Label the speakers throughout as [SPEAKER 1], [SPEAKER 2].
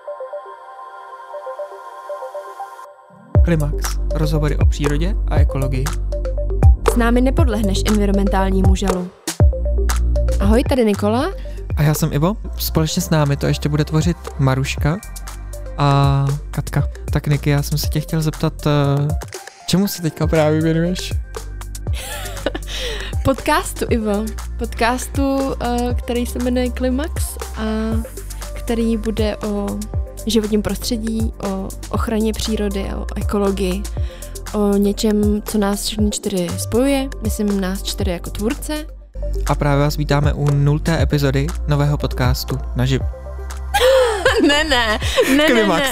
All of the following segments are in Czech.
[SPEAKER 1] Klimax. Rozhovory o přírodě a ekologii.
[SPEAKER 2] S námi nepodlehneš environmentálnímu žalu. Ahoj, tady Nikola.
[SPEAKER 1] A já jsem Ivo. Společně s námi to ještě bude tvořit Maruška a Katka. Tak Niky, já jsem se tě chtěl zeptat, čemu se teďka právě věnuješ?
[SPEAKER 2] Podcastu, Ivo. Podcastu, který se jmenuje Klimax a který bude o životním prostředí, o ochraně přírody, o ekologii, o něčem, co nás všechny čtyři spojuje, myslím nás čtyři jako tvůrce.
[SPEAKER 1] A právě vás vítáme u 0. epizody nového podcastu naživo.
[SPEAKER 2] Ne.
[SPEAKER 1] Klimax.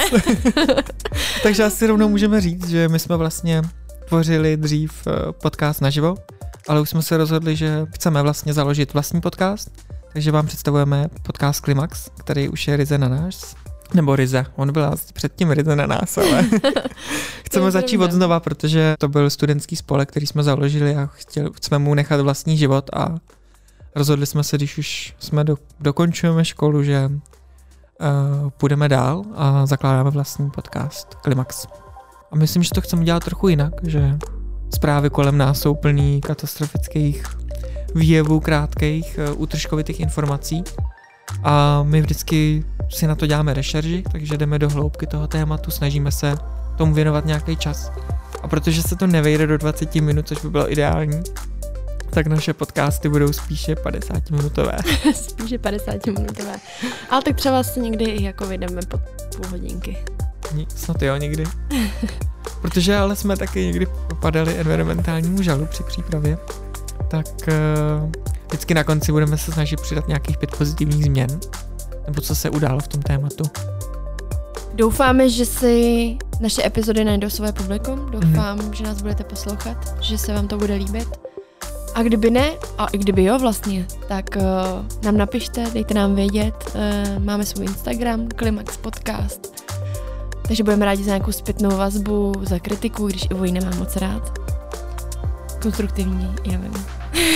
[SPEAKER 1] Takže asi rovnou můžeme říct, že my jsme vlastně tvořili dřív podcast naživo, ale už jsme se rozhodli, že chceme vlastně založit vlastní podcast, takže vám představujeme podcast Klimax, který už je ryze na nás. Nebo ryze, on byl předtím ryze na nás, ale chceme začít od znova, protože to byl studentský spolek, který jsme založili a chceme mu nechat vlastní život a rozhodli jsme se, když už jsme dokončujeme školu, že půjdeme dál a zakládáme vlastní podcast Klimax. A myslím, že to chceme dělat trochu jinak, že zprávy kolem nás jsou plný katastrofických výjevů, krátkých, útržkovitých informací a my vždycky si na to děláme rešerži, takže jdeme do hloubky toho tématu, snažíme se tomu věnovat nějaký čas. A protože se to nevejde do 20 minut, což by bylo ideální, tak naše podcasty budou spíše 50-minutové.
[SPEAKER 2] Spíše 50-minutové. Ale tak třeba si někdy i jako vyjdeme po půl hodinky.
[SPEAKER 1] Snad jo, někdy. Protože ale jsme taky někdy popadali environmentálnímu žalu při přípravě, tak vždycky na konci budeme se snažit přidat nějakých 5 pozitivních změn, nebo co se událo v tom tématu.
[SPEAKER 2] Doufáme, že si naše epizody najdou své publikum, doufám, že nás budete poslouchat, že se vám to bude líbit. A kdyby ne, a i kdyby jo vlastně, tak nám napište, dejte nám vědět, máme svůj Instagram, Klimax Podcast, takže budeme rádi za nějakou zpětnou vazbu, za kritiku, když Ivo ji nemá moc rád. Konstruktivní, já vím.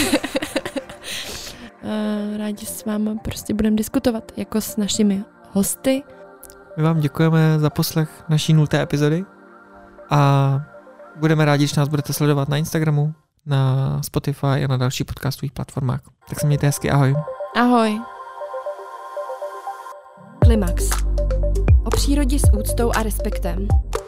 [SPEAKER 2] Rádi s vámi prostě budeme diskutovat, jako s našimi hosty.
[SPEAKER 1] My vám děkujeme za poslech naší 0. epizody a budeme rádi, když nás budete sledovat na Instagramu, na Spotify a na dalších podcastových platformách. Tak se mějte hezky, ahoj.
[SPEAKER 2] Ahoj. Klimax. O přírodě s úctou a respektem.